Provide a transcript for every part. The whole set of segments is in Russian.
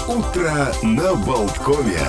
Утро на Болткове.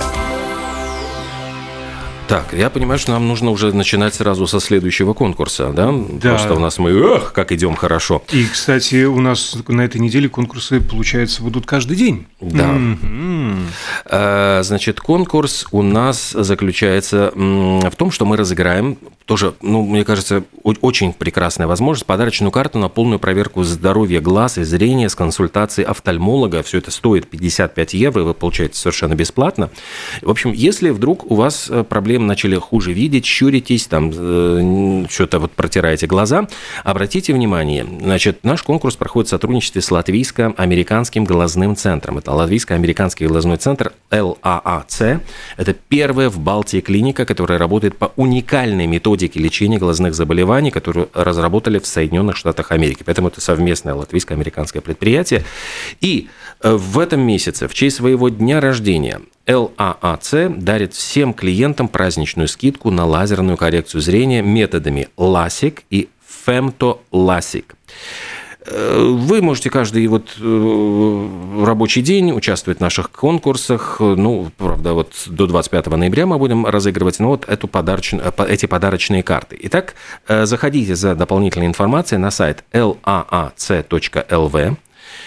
Так, я понимаю, что нам нужно уже начинать сразу со следующего конкурса, да? Да. Просто у нас мы, как идем хорошо. И, кстати, у нас на этой неделе конкурсы, получается, будут каждый день. Да. Значит, конкурс у нас заключается в том, что мы разыграем тоже, мне кажется, очень прекрасная возможность, подарочную карту на полную проверку здоровья глаз и зрения с консультацией офтальмолога. Все это стоит 55 евро, вы получаете совершенно бесплатно. В общем, если вдруг у вас проблемы начали хуже видеть, щуритесь, там что-то вот протираете глаза, обратите внимание, значит, наш конкурс проходит в сотрудничестве с Латвийско-американским глазным центром. Это Латвийско-американский глазной центр ЛААЦ. Это первая в Балтии клиника, которая работает по уникальной методике лечения глазных заболеваний, которую разработали в Соединенных Штатах Америки. Поэтому это совместное латвийско-американское предприятие. И в этом месяце, в честь своего дня рождения, ЛААЦ дарит всем клиентам праздничную скидку на лазерную коррекцию зрения методами LASIK и FemtoLASIK. Вы можете каждый рабочий день участвовать в наших конкурсах. Правда, до 25 ноября мы будем разыгрывать эти подарочные карты. Итак, заходите за дополнительной информацией на сайт laac.lv.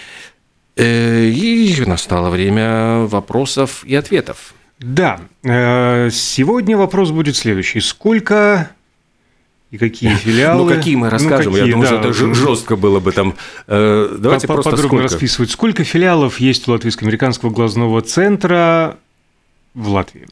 И настало время вопросов и ответов. Да, сегодня вопрос будет следующий. Сколько и какие филиалы? Какие мы расскажем? Я думаю, что это жестко было бы там. Давайте просто подробно расписывать. Сколько филиалов есть у Латвийско-американского глазного центра в Латвии?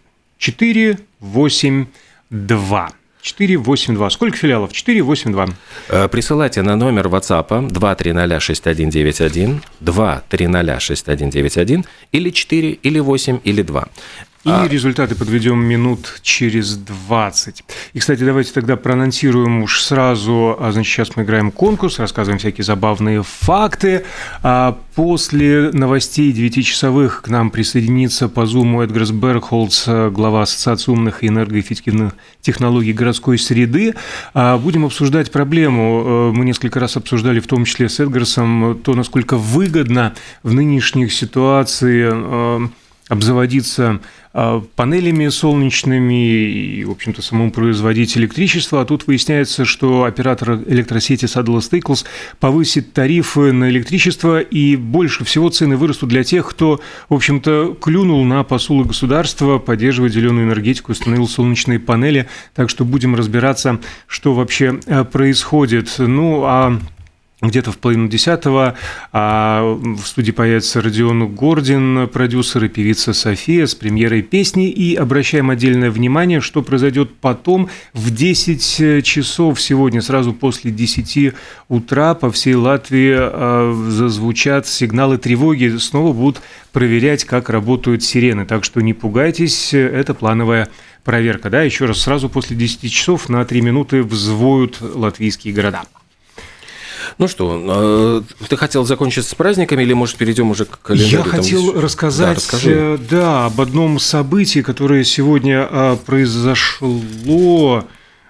482. 482. Сколько филиалов? 482. Присылайте на номер WhatsApp 2306191, 2306191, или 4, или 8, или 2. И результаты подведем минут через 20. И, кстати, давайте тогда проанонсируем уж сразу. Значит, сейчас мы играем конкурс, рассказываем всякие забавные факты. После новостей 9-часовых к нам присоединится по Zoom Эдгарс Бергхолц, глава Ассоциации умных и энергоэффективных технологий городской среды. Будем обсуждать проблему. Мы несколько раз обсуждали, в том числе с Эдгарсом, то, насколько выгодно в нынешних ситуациях обзаводиться панелями солнечными и, в общем-то, самому производить электричество. А тут выясняется, что оператор электросети Saddle Staples повысит тарифы на электричество, и больше всего цены вырастут для тех, кто, в общем-то, клюнул на посулы государства поддерживать зеленую энергетику, установил солнечные панели. Так что будем разбираться, что вообще происходит. Где-то в 9:30 в студии появится Родион Гордин, продюсер и певица София с премьерой песни. И обращаем отдельное внимание, что произойдет потом в 10 часов сегодня, сразу после 10 утра по всей Латвии зазвучат сигналы тревоги. Снова будут проверять, как работают сирены. Так что не пугайтесь, это плановая проверка. Да, еще раз, сразу после 10 часов на 3 минуты взвоют латвийские города. Ну что, ты хотел закончить с праздниками или, может, перейдем уже к календарю? Я хотел рассказать, об одном событии, которое сегодня произошло.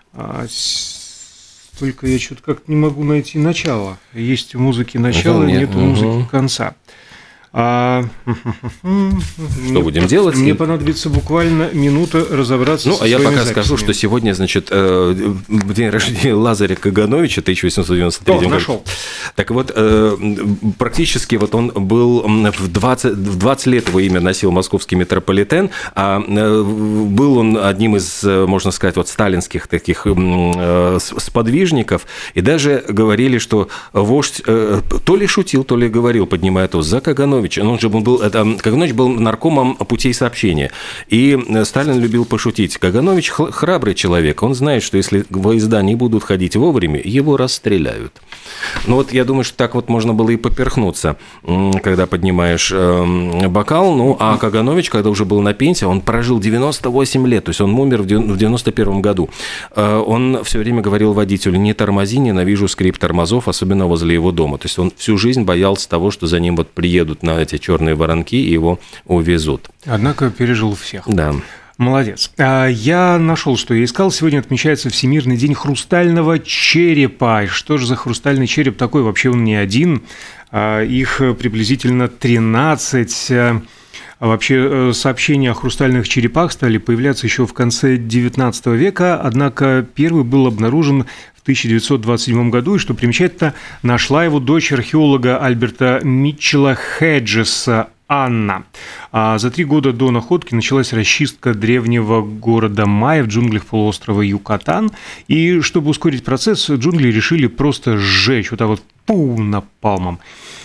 Только я что-то как-то не могу найти начало. Есть у музыки начало, нет музыки конца. Что будем делать? Мне понадобится буквально минута разобраться со своими я пока записями. скажу, что сегодня, значит, день рождения Лазаря Кагановича, 1893 год. Нашел. Так вот, практически он был в 20 лет его имя носил московский метрополитен, а был он одним из, можно сказать, сталинских таких сподвижников, и даже говорили, что вождь то ли шутил, то ли говорил, поднимая тост за Кагановича. Каганович был наркомом путей сообщения. И Сталин любил пошутить. Каганович храбрый человек. Он знает, что если поезда не будут ходить вовремя, его расстреляют. Я думаю, что так можно было и поперхнуться, когда поднимаешь бокал. А Каганович, когда уже был на пенсии, он прожил 98 лет. То есть он умер в 91 году. Он все время говорил водителю: не тормози, ненавижу скрип тормозов, особенно возле его дома. То есть он всю жизнь боялся того, что за ним приедут на эти черные воронки и его увезут. Однако пережил всех. Да. Молодец. Я нашел, что я искал. Сегодня отмечается Всемирный день хрустального черепа. Что же за хрустальный череп такой? Вообще он не один. Их приблизительно 13. А вообще сообщения о хрустальных черепах стали появляться еще в конце XIX века, однако первый был обнаружен в 1927 году, и, что примечательно, нашла его дочь археолога Альберта Митчелла Хеджеса, Анна. А за 3 года до находки началась расчистка древнего города Майя в джунглях полуострова Юкатан. И чтобы ускорить процесс, джунгли решили просто сжечь вот так вот напалмом.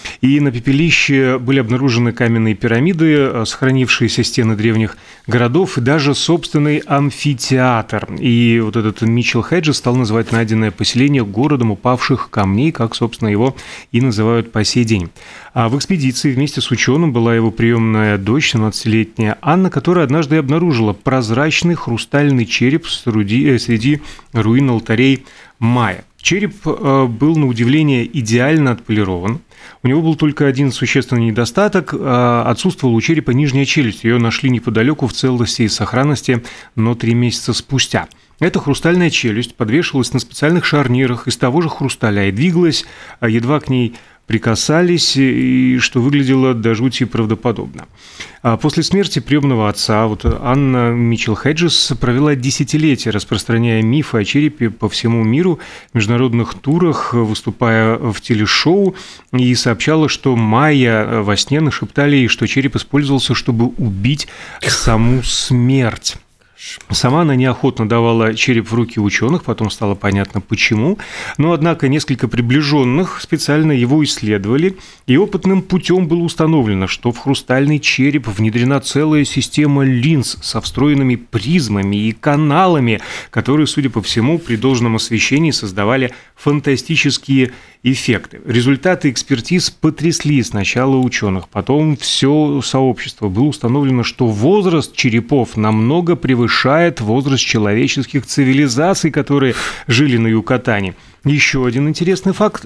И на пепелище были обнаружены каменные пирамиды, сохранившиеся стены древних городов и даже собственный амфитеатр. И вот этот Митчелл Хеджес стал называть найденное поселение городом упавших камней, как, собственно, его и называют по сей день. А в экспедиции вместе с ученым была его приемная дочь, 17-летняя Анна, которая однажды обнаружила прозрачный хрустальный череп среди руин алтарей майя. Череп был, на удивление, идеально отполирован. У него был только один существенный недостаток – отсутствовала у черепа нижняя челюсть. Ее нашли неподалеку в целости и сохранности, но 3 месяца спустя. Эта хрустальная челюсть подвешивалась на специальных шарнирах из того же хрусталя и двигалась, едва к ней прикасались, и что выглядело до жути правдоподобно. После смерти приемного отца Анна Митчелл Хеджес провела десятилетия, распространяя мифы о черепе по всему миру, в международных турах, выступая в телешоу, и сообщала, что майя во сне нашептали ей, что череп использовался, чтобы убить саму смерть. Сама она неохотно давала череп в руки ученых, потом стало понятно почему, но, однако, несколько приближенных специально его исследовали, и опытным путем было установлено, что в хрустальный череп внедрена целая система линз со встроенными призмами и каналами, которые, судя по всему, при должном освещении создавали фантастические эффекты. Результаты экспертиз потрясли сначала ученых, потом все сообщество. Было установлено, что возраст черепов намного превышает возраст человеческих цивилизаций, которые жили на Юкатане. Еще один интересный факт –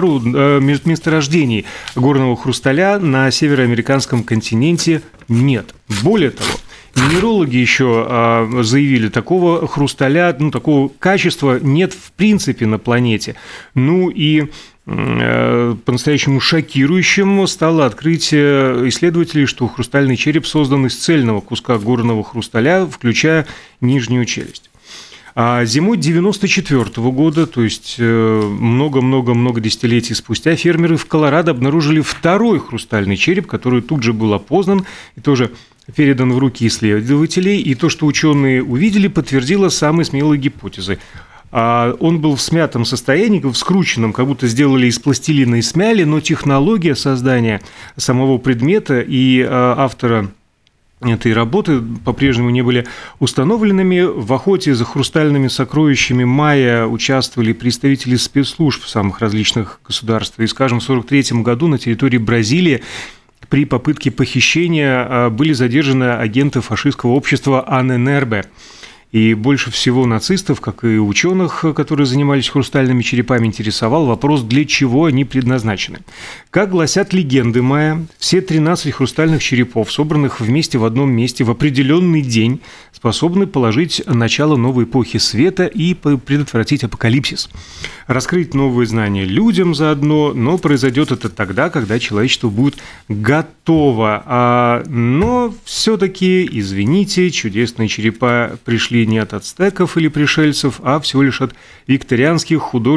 месторождений горного хрусталя на североамериканском континенте нет. Более того, минералоги еще заявили, такого хрусталя, такого качества нет в принципе на планете. И по-настоящему шокирующим стало открытие исследователей, что хрустальный череп создан из цельного куска горного хрусталя, включая нижнюю челюсть. А зимой 1994 года, то есть много-много-много десятилетий спустя, фермеры в Колорадо обнаружили второй хрустальный череп, который тут же был опознан и тоже передан в руки исследователей. И то, что ученые увидели, подтвердило самые смелые гипотезы. Он был в смятом состоянии, в скрученном, как будто сделали из пластилина и смяли, но технология создания самого предмета и автора этой работы по-прежнему не были установленными. В охоте за хрустальными сокровищами майя участвовали представители спецслужб самых различных государств. И, скажем, в 1943 году на территории Бразилии при попытке похищения были задержаны агенты фашистского общества Аненербе. И больше всего нацистов, как и ученых, которые занимались хрустальными черепами, интересовал вопрос, для чего они предназначены. Как гласят легенды майя, все 13 хрустальных черепов, собранных вместе в одном месте в определенный день, способны положить начало новой эпохи света и предотвратить апокалипсис. Раскрыть новые знания людям заодно, но произойдет это тогда, когда человечество будет готово. Но все-таки, извините, чудесные черепа пришли не от ацтеков или пришельцев, а всего лишь от викторианских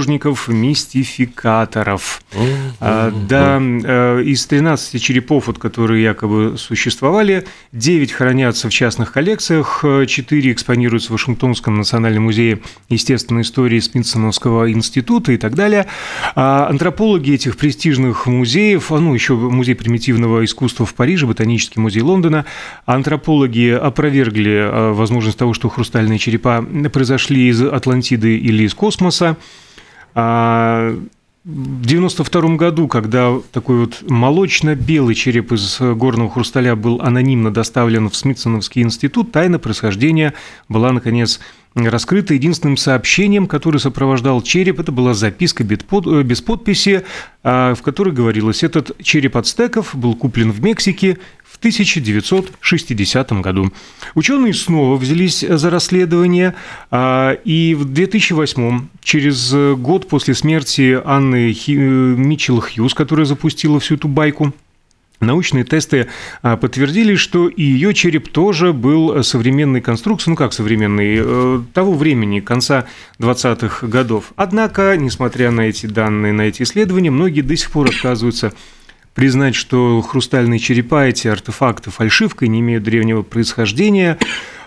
художников-мистификаторов. Да, из 13 черепов, которые якобы существовали, 9 хранятся в частных коллекциях, 4 экспонируются в Вашингтонском национальном музее естественной истории Смитсоновского института и так далее. Антропологи этих престижных музеев, еще музей примитивного искусства в Париже, Ботанический музей Лондона, антропологи опровергли возможность того, что хрустальные черепа произошли из Атлантиды или из космоса. В 1992 году, когда такой молочно-белый череп из горного хрусталя был анонимно доставлен в Смитсоновский институт, тайна происхождения была, наконец, раскрыта. Единственным сообщением, которое сопровождал череп, это была записка без подписи, в которой говорилось: этот череп ацтеков был куплен в Мексике в 1960 году. Ученые снова взялись за расследование, и в 2008, через год после смерти Анны Митчелл Хьюз, которая запустила всю эту байку, Научные тесты подтвердили, что и ее череп тоже был современной конструкции, ну как современный, того времени, конца 20-х годов. Однако, несмотря на эти данные, на эти исследования, многие до сих пор отказываются признать, что хрустальные черепа, эти артефакты фальшивкой, не имеют древнего происхождения.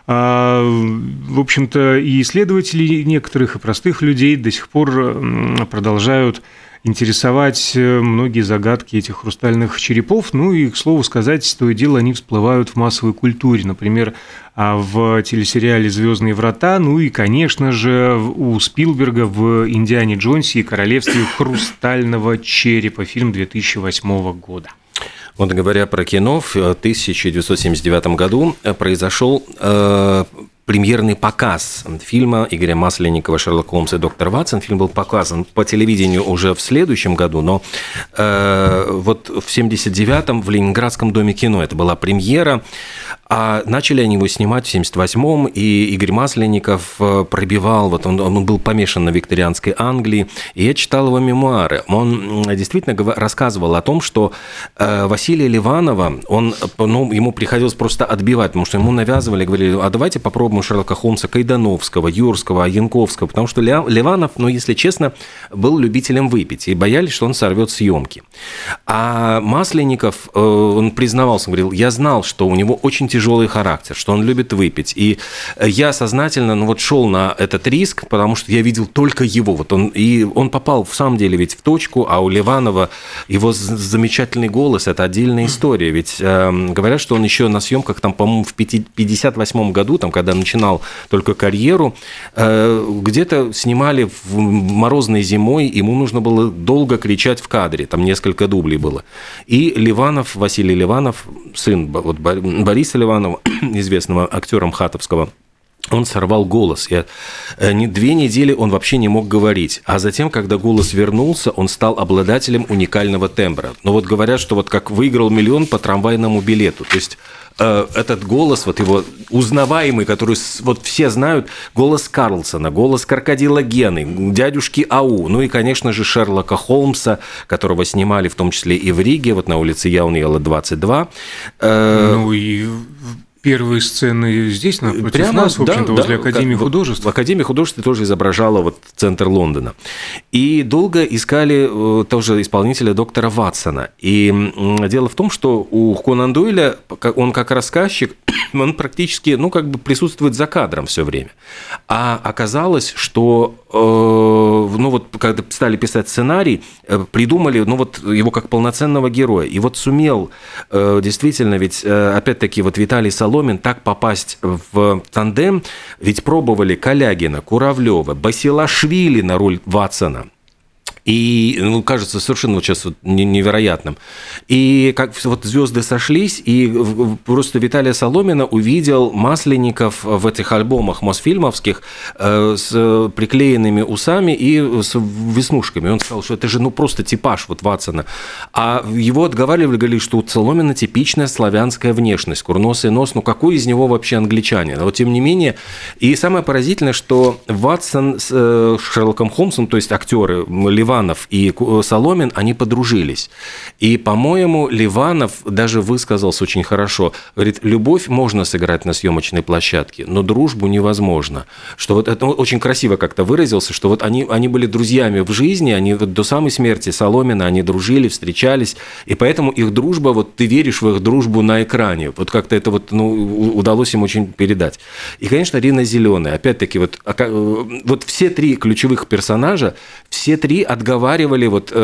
В общем-то, и исследователи некоторых, и простых людей до сих пор продолжают интересовать многие загадки этих хрустальных черепов. Ну и, к слову сказать, то и дело они всплывают в массовой культуре. Например, в телесериале «Звездные врата», ну и, конечно же, у Спилберга в «Индиане Джонсе и королевстве хрустального черепа», фильм 2008 года. Вот говоря про кино, в 1979 году произошел премьерный показ фильма Игоря Масленникова «Шерлок Холмс и доктор Ватсон». Фильм был показан по телевидению уже в следующем году, но вот в 1979-м в Ленинградском доме кино это была премьера, а начали они его снимать в 1978-м, и Игорь Масленников пробивал, вот он был помешан на викторианской Англии, и я читал его мемуары. Он действительно рассказывал о том, что Василия Ливанова, ему приходилось просто отбивать, потому что ему навязывали, говорили, а давайте попробуем Шерлока Холмса Кайдановского, Юрского, Янковского, потому что Ливанов, если честно, был любителем выпить, и боялись, что он сорвет съемки. А Масленников, он признавался, говорил, я знал, что у него очень тяжелый характер, что он любит выпить, и я сознательно шел на этот риск, потому что я видел только его, он попал в самом деле ведь в точку, а у Ливанова его замечательный голос, это отдельная история, ведь говорят, что он еще на съемках, по-моему, в 1958 году, когда начинал только карьеру, где-то снимали в морозной зимой, ему нужно было долго кричать в кадре, там несколько дублей было. И Ливанов, Василий Ливанов, сын Бориса Ливанова, известного актера МХАТовского, он сорвал голос. 2 недели он вообще не мог говорить. А затем, когда голос вернулся, он стал обладателем уникального тембра. Но говорят, что как выиграл миллион по трамвайному билету. То есть этот голос, его узнаваемый, который все знают, голос Карлсона, голос крокодила Гены, дядюшки Ау, ну и, конечно же, Шерлока Холмса, которого снимали в том числе и в Риге, на улице Яуньела, 22. Ну и первые сцены здесь, напротив прямо, нас, в общем-то, возле Академии художеств. В Академии художеств тоже изображала центр Лондона. И долго искали тоже исполнителя доктора Ватсона. И дело в том, что у Конан Дойля, он как рассказчик, он практически, присутствует за кадром все время. А оказалось, что, когда стали писать сценарий, придумали, его как полноценного героя. И сумел действительно, ведь, опять-таки, Виталий Соломин так попасть в тандем, ведь пробовали Калягина, Куравлева, Басилашвили на роль Ватсона. И, кажется, совершенно сейчас невероятным. И как звезды сошлись, и просто Виталия Соломина увидел Масленников в этих альбомах мосфильмовских с приклеенными усами и с веснушками. Он сказал, что это же просто типаж Ватсона. А его отговаривали, говорили, что у Соломина типичная славянская внешность, курносый нос, какой из него вообще англичанин? Но тем не менее, и самое поразительное, что Ватсон с Шерлоком Холмсом, то есть актеры Ливанов и Соломин, они подружились. И, по-моему, Ливанов даже высказался очень хорошо. Говорит, любовь можно сыграть на съемочной площадке, но дружбу невозможно. Что это очень красиво как-то выразился, что они были друзьями в жизни, они до самой смерти Соломина, они дружили, встречались, и поэтому их дружба, ты веришь в их дружбу на экране. Как-то это удалось им очень передать. И, конечно, Рина Зеленая. Опять-таки, все 3 ключевых персонажа, все 3 отговаривали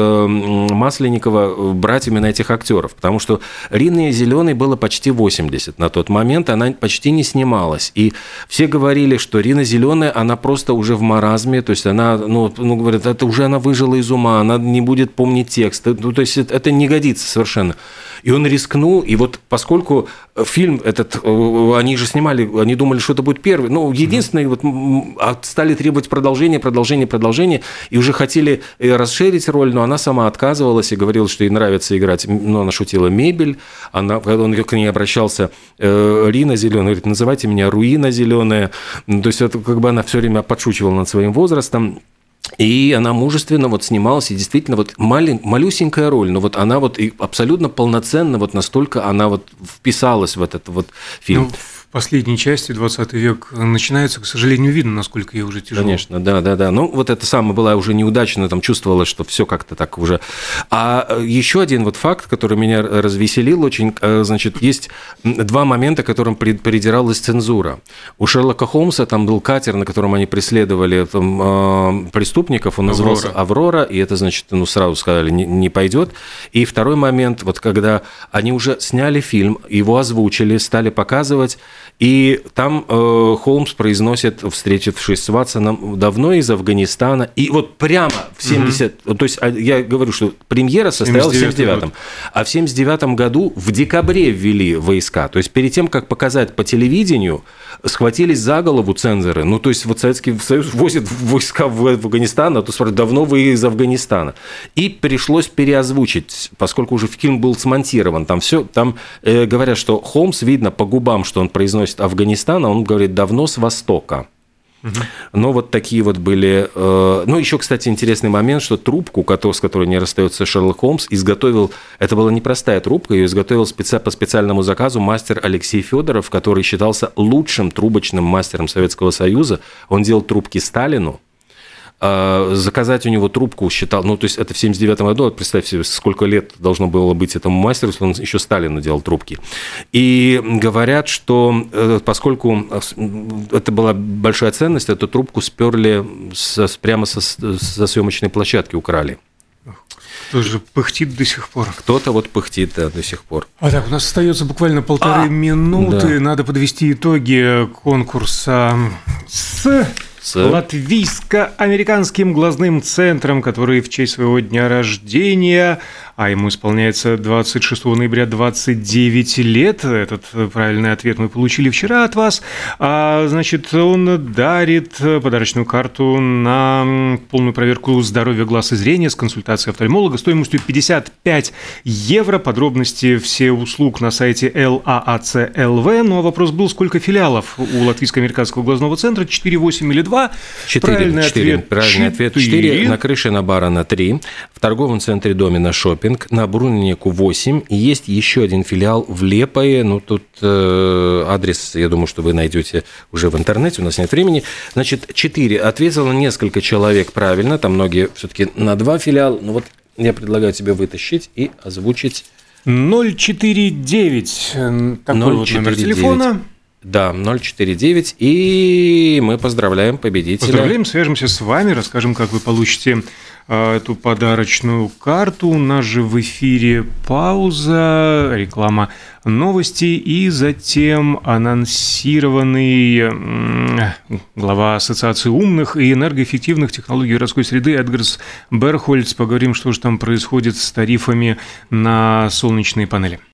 Масленникова брать именно этих актеров, потому что Рине Зеленой было почти 80 на тот момент, она почти не снималась, и все говорили, что Рина Зеленая, она просто уже в маразме, то есть она, говорят, это уже она выжила из ума, она не будет помнить текст, то есть это не годится совершенно. И он рискнул, и поскольку фильм этот, они же снимали, они думали, что это будет первый, единственный, стали требовать продолжения, и уже хотели расширить роль, но она сама отказывалась и говорила, что ей нравится играть, она шутила мебель, когда он к ней обращался, Рина Зеленая, говорит, называйте меня Руина Зеленая, то есть это она все время подшучивала над своим возрастом. И она мужественно вот снималась, и действительно вот малюсенькая роль, но вот она вот и абсолютно полноценно, вот настолько она вот вписалась в этот вот фильм. В последней части 20 век начинается, к сожалению, видно, насколько ей уже тяжело. Конечно, да. Ну, вот это самое была уже неудачно, там чувствовала, что все как-то так уже. А еще один вот факт, который меня развеселил очень, значит, есть два момента, к которым придиралась цензура. У Шерлока Холмса там был катер, на котором они преследовали там, преступников, он назывался «Аврора», и это, значит, ну, сразу сказали, не пойдет. И второй момент, вот когда они уже сняли фильм, его озвучили, стали показывать, и там Холмс произносит, встретившись с Ватсоном, давно из Афганистана, и вот прямо в 70... То есть я говорю, что премьера состоялась в 79-м, а в 79-м году в декабре ввели войска. То есть перед тем, как показать по телевидению, схватились за голову цензоры. Ну, то есть вот Советский Союз возит войска в Афганистан, а то спрашивают, давно вы из Афганистана. И пришлось переозвучить, поскольку уже фильм был смонтирован. Там все, там говорят, что Холмс, видно по губам, что он произносит Афганистана, он говорит давно с Востока. Но вот такие вот были... Ну, еще, кстати, интересный момент, что трубку, с которой не расстается Шерлок Холмс, изготовил... Это была непростая трубка, ее изготовил по специальному заказу мастер Алексей Федоров, который считался лучшим трубочным мастером Советского Союза. Он делал трубки Сталину. Заказать у него трубку считал, ну, то есть это в 79-м году, представьте себе, сколько лет должно было быть этому мастеру, если он еще Сталину делал трубки. И говорят, что поскольку это была большая ценность, эту трубку сперли прямо со съемочной площадки, украли. Кто же пыхтит до сих пор? Кто-то вот пыхтит, да, до сих пор. А так, у нас остается буквально полторы минуты. Да. Надо подвести итоги конкурса с латвийско-американским глазным центром, который в честь своего дня рождения, а ему исполняется 26 ноября 29 лет. Этот правильный ответ мы получили вчера от вас. Значит, он дарит подарочную карту на полную проверку здоровья глаз и зрения с консультацией офтальмолога стоимостью 55 евро. Подробности все услуг на сайте LAAC.LV. Ну, а вопрос был, сколько филиалов у латвийско-американского глазного центра? 4, 8 или 2? 4. Правильный ответ 4. На крыше на Барана 3. В торговом центре Домина Шоппинг. На Бруннику 8. И есть еще один филиал в Лепое. Ну, тут адрес, я думаю, что вы найдете уже в интернете. У нас нет времени. Значит, 4. Ответило несколько человек правильно. Там многие все-таки на 2 филиала. Ну, вот я предлагаю тебе вытащить и озвучить. 049. Такой вот номер телефона. Да, 049, и мы поздравляем победителя. Поздравляем, свяжемся с вами, расскажем, как вы получите эту подарочную карту. У нас же в эфире пауза, реклама, новости и затем анонсированный глава Ассоциации умных и энергоэффективных технологий городской среды Эдгарс Берхольц. Поговорим, что же там происходит с тарифами на солнечные панели.